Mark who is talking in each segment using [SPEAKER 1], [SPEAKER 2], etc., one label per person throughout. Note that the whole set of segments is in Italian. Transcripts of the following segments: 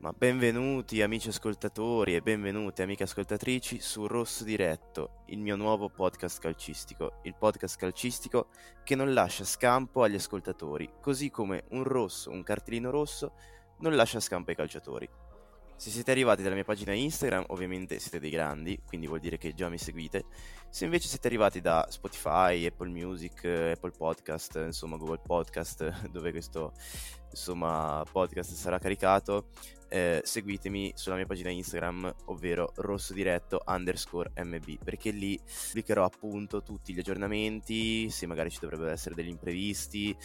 [SPEAKER 1] Ma benvenuti amici ascoltatori e benvenute amiche ascoltatrici su Rosso Diretto, il mio nuovo podcast calcistico, il podcast calcistico che non lascia scampo agli ascoltatori, così come un cartellino rosso, non lascia scampo ai calciatori. Se siete arrivati dalla mia pagina Instagram, ovviamente siete dei grandi, quindi vuol dire che già mi seguite. Se invece siete arrivati da Spotify, Apple Music, Apple Podcast, insomma Google Podcast, dove questo podcast sarà caricato, seguitemi sulla mia pagina Instagram, ovvero rossodiretto_mb, perché lì pubblicherò appunto tutti gli aggiornamenti, se magari ci dovrebbero essere degli imprevisti,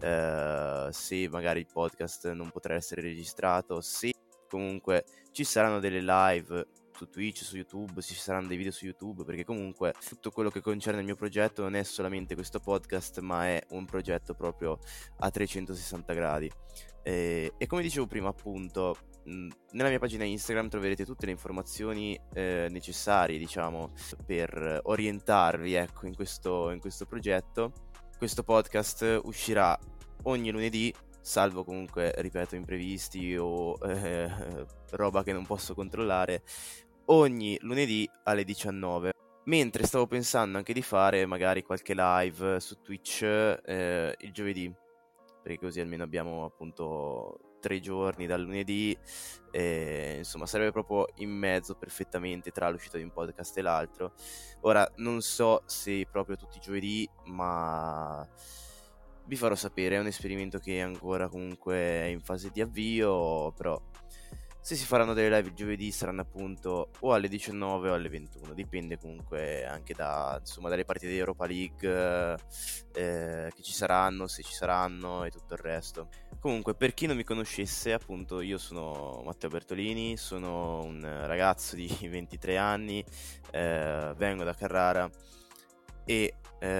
[SPEAKER 1] se magari il podcast non potrà essere registrato, se comunque ci saranno delle live su Twitch, su YouTube, ci saranno dei video su YouTube, perché comunque tutto quello che concerne il mio progetto non è solamente questo podcast, ma è un progetto proprio a 360 gradi. E come dicevo prima, appunto, nella mia pagina Instagram troverete tutte le informazioni necessarie, diciamo, per orientarvi, ecco, in questo progetto. Questo podcast uscirà ogni lunedì, salvo comunque, ripeto, imprevisti o roba che non posso controllare, ogni lunedì alle 19. Mentre stavo pensando anche di fare magari qualche live su Twitch il giovedì, perché così almeno abbiamo appunto 3 giorni dal lunedì, insomma sarebbe proprio in mezzo perfettamente tra l'uscita di un podcast e l'altro. Ora non so se proprio tutti i giovedì, ma vi farò sapere, è un esperimento che ancora comunque è in fase di avvio, però se si faranno delle live il giovedì saranno appunto o alle 19 o alle 21, dipende comunque anche dalle partite di Europa League che ci saranno, se ci saranno e tutto il resto. Comunque, per chi non mi conoscesse, appunto, io sono Matteo Bertolini, sono un ragazzo di 23 anni, vengo da Carrara e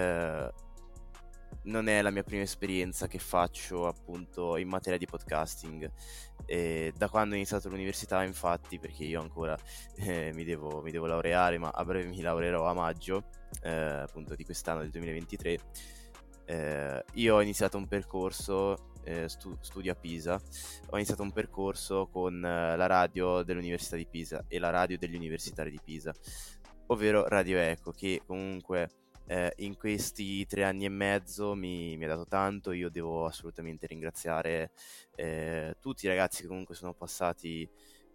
[SPEAKER 1] non è la mia prima esperienza che faccio appunto in materia di podcasting. Da quando ho iniziato l'università, infatti, perché io ancora mi devo laureare, ma a breve mi laureerò a maggio appunto di quest'anno, del 2023. Io ho iniziato un percorso, studio a Pisa, ho iniziato un percorso con la radio dell'Università di Pisa e la radio degli universitari di Pisa, ovvero Radio Eco, che comunque in questi 3 anni e mezzo mi ha dato tanto. Io devo assolutamente ringraziare tutti i ragazzi che comunque sono passati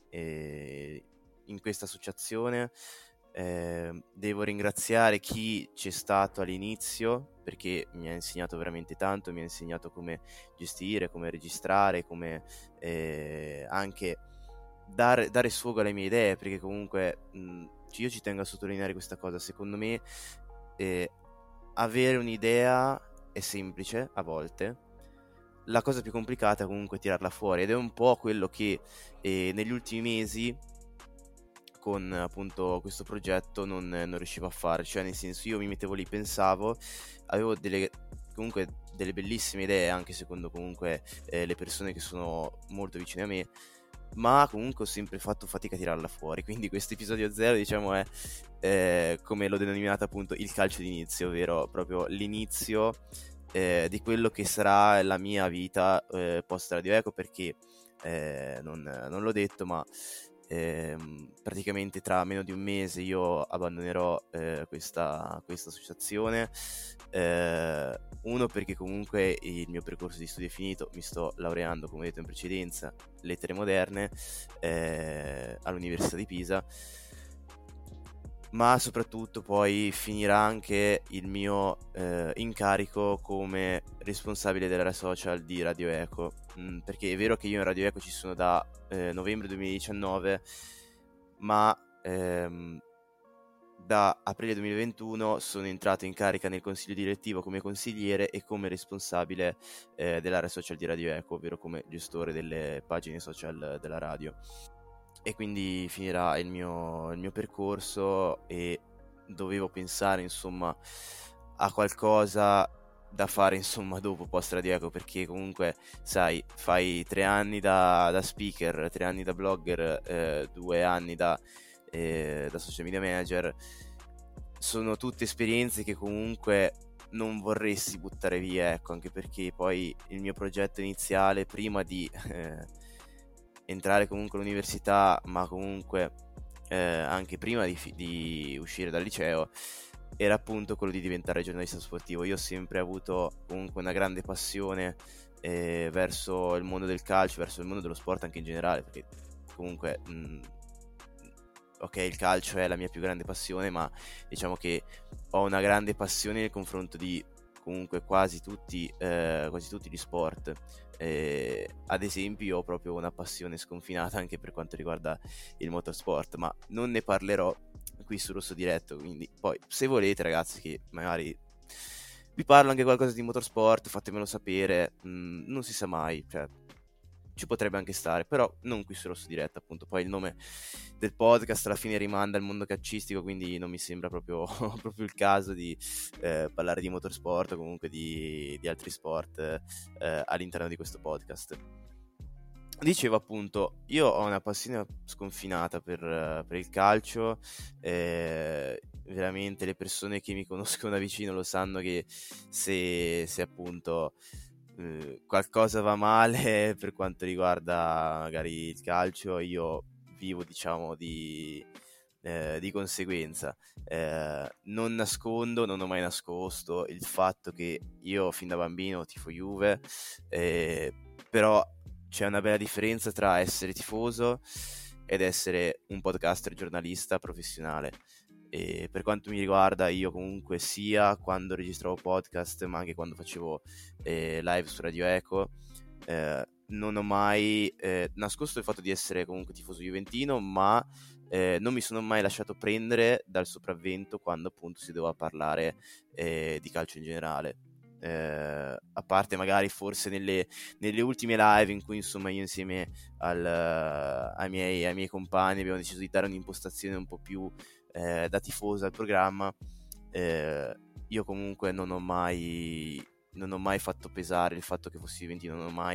[SPEAKER 1] in questa associazione. Devo ringraziare chi c'è stato all'inizio, perché mi ha insegnato veramente tanto, mi ha insegnato come gestire, come registrare, come anche dare sfogo alle mie idee, perché comunque io ci tengo a sottolineare questa cosa. Secondo me avere un'idea è semplice a volte, la cosa più complicata è comunque tirarla fuori, ed è un po' quello che negli ultimi mesi con appunto questo progetto non riuscivo a fare. Cioè, nel senso, io mi mettevo lì, pensavo, avevo comunque delle bellissime idee, anche secondo comunque le persone che sono molto vicine a me, ma comunque ho sempre fatto fatica a tirarla fuori. Quindi questo episodio 0, diciamo, è come l'ho denominato appunto il calcio d'inizio, ovvero proprio l'inizio di quello che sarà la mia vita post Radio Eco, perché non l'ho detto, ma praticamente tra meno di un mese io abbandonerò questa associazione. Uno, perché comunque il mio percorso di studi è finito, mi sto laureando, come detto in precedenza, lettere moderne all'Università di Pisa, ma soprattutto poi finirà anche il mio incarico come responsabile dell'area social di Radio Eco, perché è vero che io in Radio Eco ci sono da novembre 2019, ma da aprile 2021 sono entrato in carica nel consiglio direttivo come consigliere e come responsabile dell'area social di Radio Eco, ovvero come gestore delle pagine social della radio. E quindi finirà il mio percorso e dovevo pensare, insomma, a qualcosa da fare, insomma, dopo post Radio Eco, perché comunque, sai, fai 3 anni da speaker, 3 anni da blogger, 2 anni da social media manager. Sono tutte esperienze che comunque non vorresti buttare via, ecco, anche perché poi il mio progetto iniziale, prima di entrare comunque all'università, ma comunque anche prima di uscire dal liceo, era appunto quello di diventare giornalista sportivo. Io ho sempre avuto comunque una grande passione verso il mondo del calcio, verso il mondo dello sport anche in generale, perché comunque ok, il calcio è la mia più grande passione, ma diciamo che ho una grande passione nei confronti di comunque quasi tutti gli sport. Ad esempio ho proprio una passione sconfinata anche per quanto riguarda il motorsport, ma non ne parlerò qui su Rosso Diretto, quindi poi se volete ragazzi che magari vi parlo anche qualcosa di motorsport, fatemelo sapere, non si sa mai, cioè ci potrebbe anche stare, però non qui su Rosso Diretto, appunto. Poi il nome del podcast alla fine rimanda al mondo calcistico, quindi non mi sembra proprio, proprio il caso di parlare di motorsport o comunque di altri sport all'interno di questo podcast. Dicevo appunto, io ho una passione sconfinata per il calcio, veramente le persone che mi conoscono da vicino lo sanno che se appunto qualcosa va male per quanto riguarda magari il calcio, io vivo diciamo di conseguenza. Non nascondo, non ho mai nascosto il fatto che io fin da bambino tifo Juve, però c'è una bella differenza tra essere tifoso ed essere un podcaster giornalista professionale. E per quanto mi riguarda, io comunque sia quando registravo podcast ma anche quando facevo live su Radio Eco, non ho mai nascosto il fatto di essere comunque tifoso juventino, ma non mi sono mai lasciato prendere dal sopravvento quando appunto si doveva parlare di calcio in generale. A parte magari forse nelle ultime live in cui insomma io insieme ai miei compagni abbiamo deciso di dare un'impostazione un po' più da tifosa al programma, io comunque non ho mai fatto pesare il fatto che fossi juventino,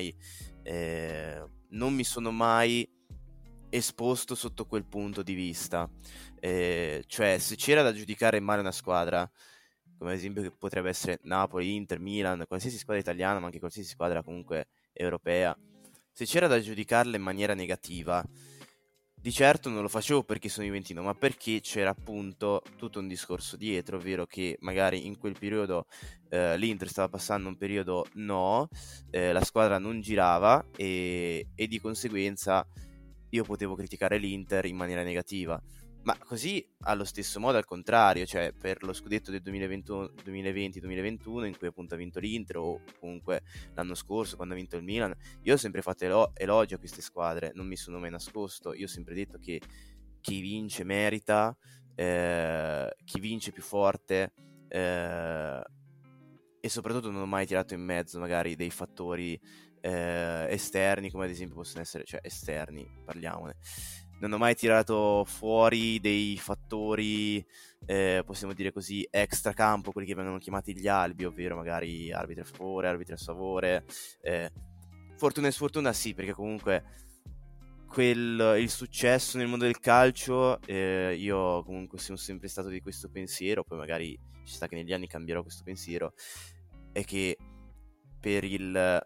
[SPEAKER 1] non mi sono mai esposto sotto quel punto di vista, cioè se c'era da giudicare male una squadra, come ad esempio che potrebbe essere Napoli, Inter, Milan, qualsiasi squadra italiana, ma anche qualsiasi squadra comunque europea, se c'era da giudicarla in maniera negativa, di certo non lo facevo perché sono juventino, ma perché c'era appunto tutto un discorso dietro, ovvero che magari in quel periodo l'Inter stava passando un periodo la squadra non girava e di conseguenza io potevo criticare l'Inter in maniera negativa. Ma così allo stesso modo al contrario, cioè per lo scudetto del 2020-2021 in cui appunto ha vinto l'Inter o comunque l'anno scorso quando ha vinto il Milan, io ho sempre fatto elogio a queste squadre, non mi sono mai nascosto, io ho sempre detto che chi vince merita, chi vince più forte e soprattutto non ho mai tirato in mezzo magari dei fattori esterni come ad esempio possono essere, cioè esterni, parliamone. Non ho mai tirato fuori dei fattori, possiamo dire così, extracampo, quelli che vengono chiamati gli albi, ovvero magari arbitri a favore, arbitri a sfavore. Fortuna e sfortuna sì, perché comunque il successo nel mondo del calcio, io comunque sono sempre stato di questo pensiero, poi magari ci sta che negli anni cambierò questo pensiero, è che per il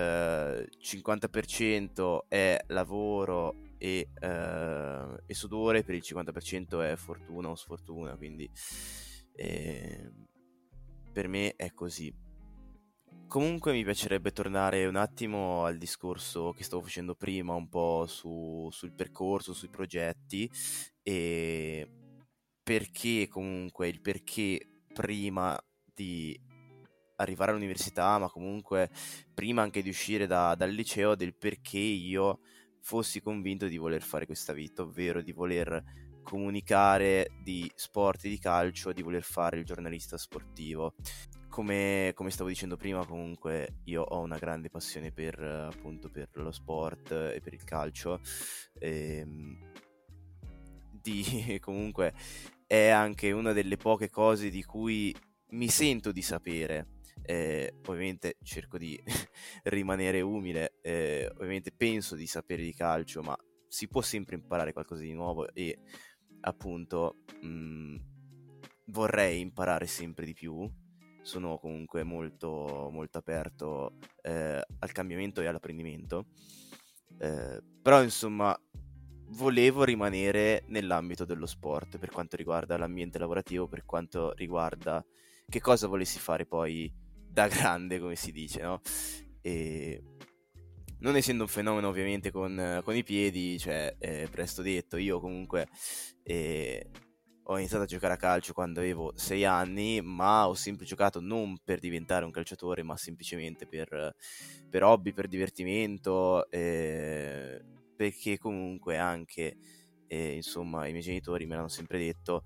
[SPEAKER 1] 50% è lavoro e sudore, per il 50% è fortuna o sfortuna, quindi per me è così. Comunque mi piacerebbe tornare un attimo al discorso che stavo facendo prima, un po' sul percorso, sui progetti e perché comunque il perché prima di arrivare all'università, ma comunque prima anche di uscire dal liceo, del perché io fossi convinto di voler fare questa vita, ovvero di voler comunicare di sport e di calcio, di voler fare il giornalista sportivo. Come stavo dicendo prima, comunque io ho una grande passione appunto per lo sport e per il calcio. Comunque è anche una delle poche cose di cui mi sento di sapere. Ovviamente cerco di rimanere umile, ovviamente penso di sapere di calcio, ma si può sempre imparare qualcosa di nuovo e appunto vorrei imparare sempre di più. Sono comunque molto, molto aperto al cambiamento e all'apprendimento Però insomma volevo rimanere nell'ambito dello sport per quanto riguarda l'ambiente lavorativo, per quanto riguarda che cosa volessi fare poi da grande, come si dice, no? E non essendo un fenomeno ovviamente con i piedi, cioè presto detto, io comunque ho iniziato a giocare a calcio quando avevo 6 anni, ma ho sempre giocato non per diventare un calciatore, ma semplicemente per hobby, per divertimento, perché comunque anche, insomma, i miei genitori me l'hanno sempre detto,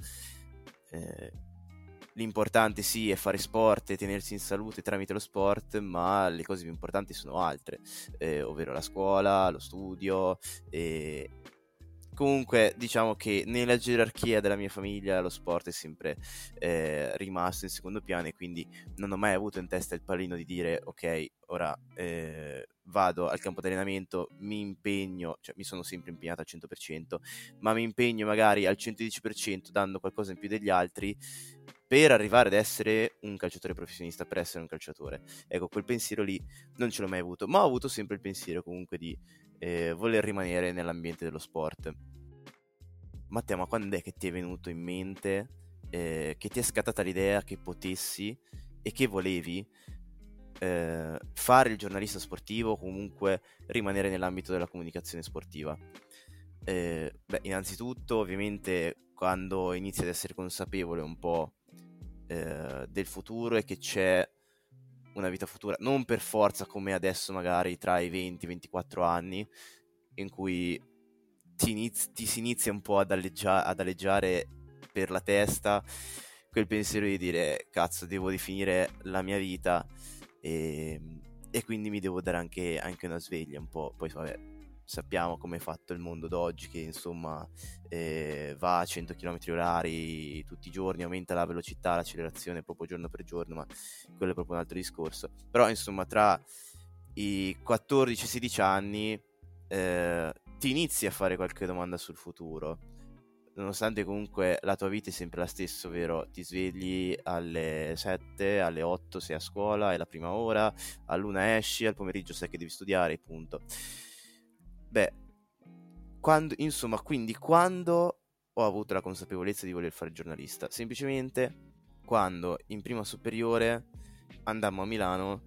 [SPEAKER 1] l'importante sì è fare sport e tenersi in salute tramite lo sport, ma le cose più importanti sono altre, ovvero la scuola, lo studio. Comunque diciamo che nella gerarchia della mia famiglia lo sport è sempre rimasto in secondo piano, e quindi non ho mai avuto in testa il pallino di dire ok, ora vado al campo di allenamento, mi impegno, cioè mi sono sempre impegnato al 100%, ma mi impegno magari al 110% dando qualcosa in più degli altri per arrivare ad essere un calciatore professionista, per essere un calciatore. Ecco, quel pensiero lì non ce l'ho mai avuto, ma ho avuto sempre il pensiero comunque di voler rimanere nell'ambiente dello sport. Matteo, ma quando è che ti è venuto in mente, che ti è scattata l'idea che potessi e che volevi fare il giornalista sportivo o comunque rimanere nell'ambito della comunicazione sportiva? Innanzitutto, ovviamente, quando inizi ad essere consapevole un po' del futuro e che c'è una vita futura, non per forza come adesso magari tra i 20 e i 24 anni, in cui ti si inizia un po' ad aleggiare per la testa quel pensiero di dire cazzo, devo definire la mia vita, e quindi mi devo dare anche una sveglia un po'. Poi vabbè, sappiamo come è fatto il mondo d'oggi, che insomma va a 100 km orari tutti i giorni, aumenta la velocità, l'accelerazione proprio giorno per giorno, ma quello è proprio un altro discorso. Però insomma tra i 14 e 16 anni ti inizi a fare qualche domanda sul futuro, nonostante comunque la tua vita è sempre la stessa, ovvero ti svegli alle 7, alle 8 sei a scuola, è la prima ora, all'1 esci, al pomeriggio sai che devi studiare, punto. Quando ho avuto la consapevolezza di voler fare il giornalista? Semplicemente quando in prima superiore andammo a Milano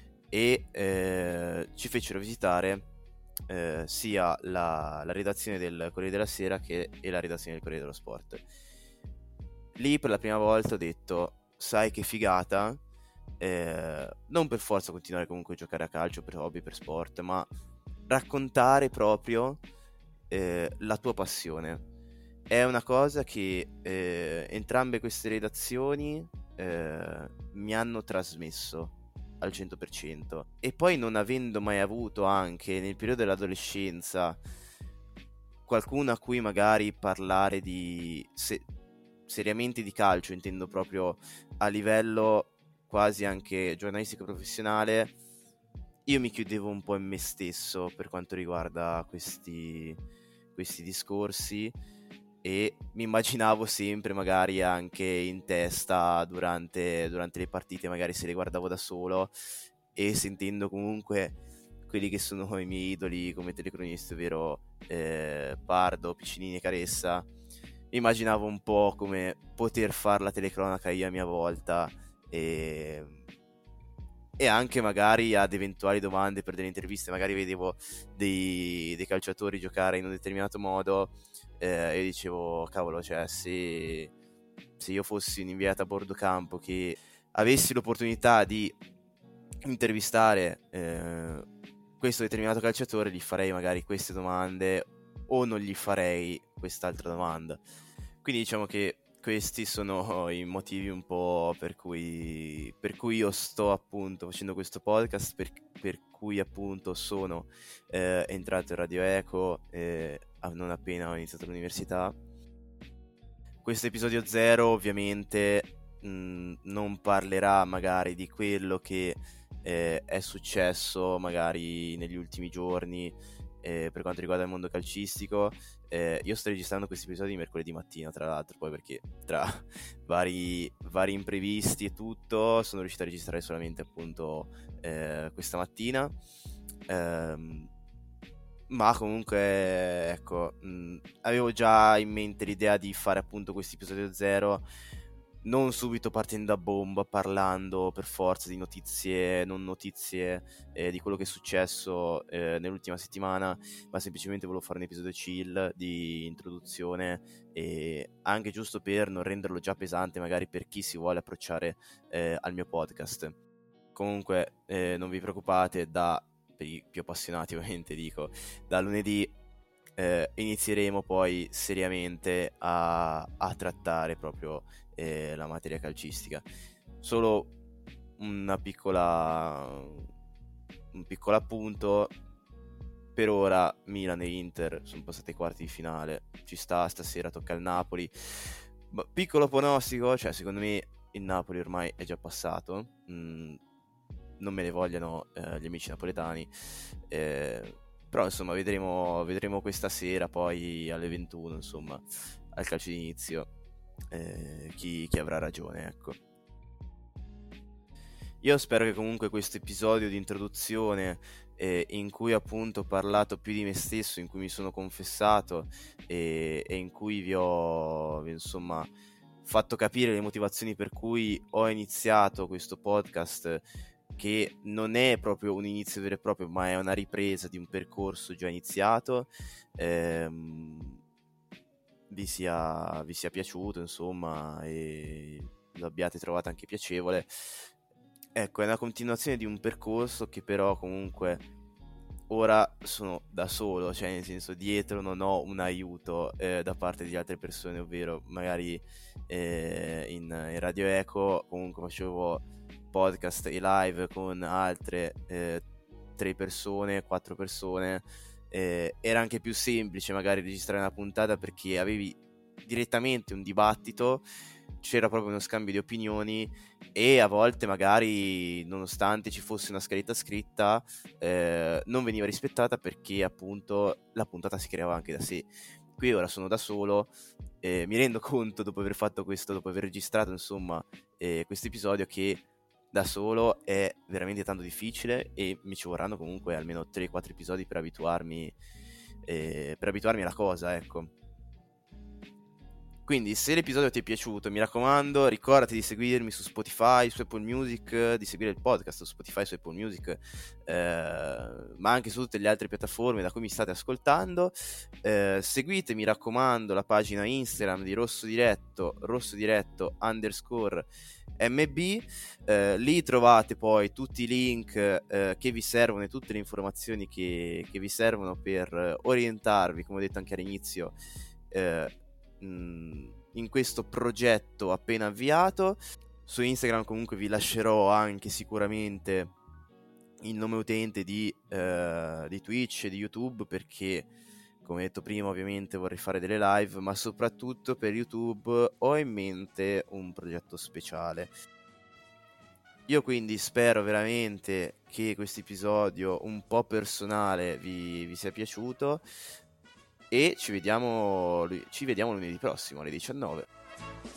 [SPEAKER 1] e ci fecero visitare sia la redazione del Corriere della Sera e la redazione del Corriere dello Sport. Lì per la prima volta ho detto, sai che figata, non per forza continuare comunque a giocare a calcio per hobby, per sport, ma raccontare proprio la tua passione. È una cosa che entrambe queste redazioni mi hanno trasmesso al 100%. E poi, non avendo mai avuto anche nel periodo dell'adolescenza qualcuno a cui magari parlare seriamente di calcio, intendo proprio a livello quasi anche giornalistico professionale, io mi chiudevo un po' in me stesso per quanto riguarda questi discorsi, e mi immaginavo sempre magari anche in testa durante le partite, magari se le guardavo da solo e sentendo comunque quelli che sono i miei idoli come telecronisti, ovvero Pardo, Piccinini e Caressa. Mi immaginavo un po' come poter fare la telecronaca io a mia volta, e anche magari ad eventuali domande per delle interviste, magari vedevo dei calciatori giocare in un determinato modo, e dicevo cavolo, cioè se io fossi un inviato a bordo campo che avessi l'opportunità di intervistare questo determinato calciatore, gli farei magari queste domande o non gli farei quest'altra domanda. Quindi diciamo che questi sono i motivi un po' per cui io sto appunto facendo questo podcast, per cui appunto sono entrato in Radio Eco non appena ho iniziato l'università. Questo episodio 0 ovviamente non parlerà magari di quello che è successo magari negli ultimi giorni per quanto riguarda il mondo calcistico. Io sto registrando questi episodi mercoledì mattina, tra l'altro, poi perché tra vari imprevisti e tutto sono riuscito a registrare solamente appunto questa mattina. Ma comunque, ecco, avevo già in mente l'idea di fare appunto questo episodio zero, non subito partendo a bomba, parlando per forza di notizie, non notizie, di quello che è successo nell'ultima settimana, ma semplicemente volevo fare un episodio chill di introduzione, e anche giusto per non renderlo già pesante magari per chi si vuole approcciare al mio podcast. Comunque non vi preoccupate, per i più appassionati ovviamente dico, da lunedì inizieremo poi seriamente a trattare proprio la materia calcistica. Solo un piccolo appunto: per ora Milan e Inter sono passati ai quarti di finale, ci sta, stasera tocca al Napoli. Piccolo pronostico, cioè secondo me il Napoli ormai è già passato. Non me ne vogliano gli amici napoletani, però insomma vedremo questa sera poi alle 21, insomma, al calcio d'inizio, chi avrà ragione, ecco. Io spero che comunque questo episodio di introduzione, in cui appunto ho parlato più di me stesso, in cui mi sono confessato e in cui vi ho insomma fatto capire le motivazioni per cui ho iniziato questo podcast, che non è proprio un inizio vero e proprio, ma è una ripresa di un percorso già iniziato, vi sia piaciuto, insomma, e lo abbiate trovato anche piacevole. Ecco, è una continuazione di un percorso che però comunque ora sono da solo, cioè nel senso, dietro non ho un aiuto da parte di altre persone, ovvero magari in Radio Eco comunque facevo podcast e live con altre 3 persone, 4 persone, era anche più semplice magari registrare una puntata perché avevi direttamente un dibattito, c'era proprio uno scambio di opinioni, e a volte magari, nonostante ci fosse una scaletta scritta, non veniva rispettata perché appunto la puntata si creava anche da sé. Qui ora sono da solo, mi rendo conto dopo aver fatto questo, dopo aver registrato insomma questo episodio, che da solo è veramente tanto difficile e mi ci vorranno comunque almeno 3-4 episodi per abituarmi alla cosa, ecco. Quindi se l'episodio ti è piaciuto, mi raccomando, ricordati di seguirmi su Spotify, su Apple Music, di seguire il podcast su Spotify, su Apple Music, ma anche su tutte le altre piattaforme da cui mi state ascoltando. Seguite, mi raccomando, la pagina Instagram di Rosso Diretto _MB. Lì trovate poi tutti i link che vi servono e tutte le informazioni che vi servono per orientarvi, come ho detto anche all'inizio, in questo progetto appena avviato. Su Instagram comunque vi lascerò anche sicuramente il nome utente di Twitch e di YouTube, perché come detto prima ovviamente vorrei fare delle live, ma soprattutto per YouTube ho in mente un progetto speciale. Io quindi spero veramente che questo episodio un po' personale vi sia piaciuto, e ci vediamo lunedì prossimo alle 19.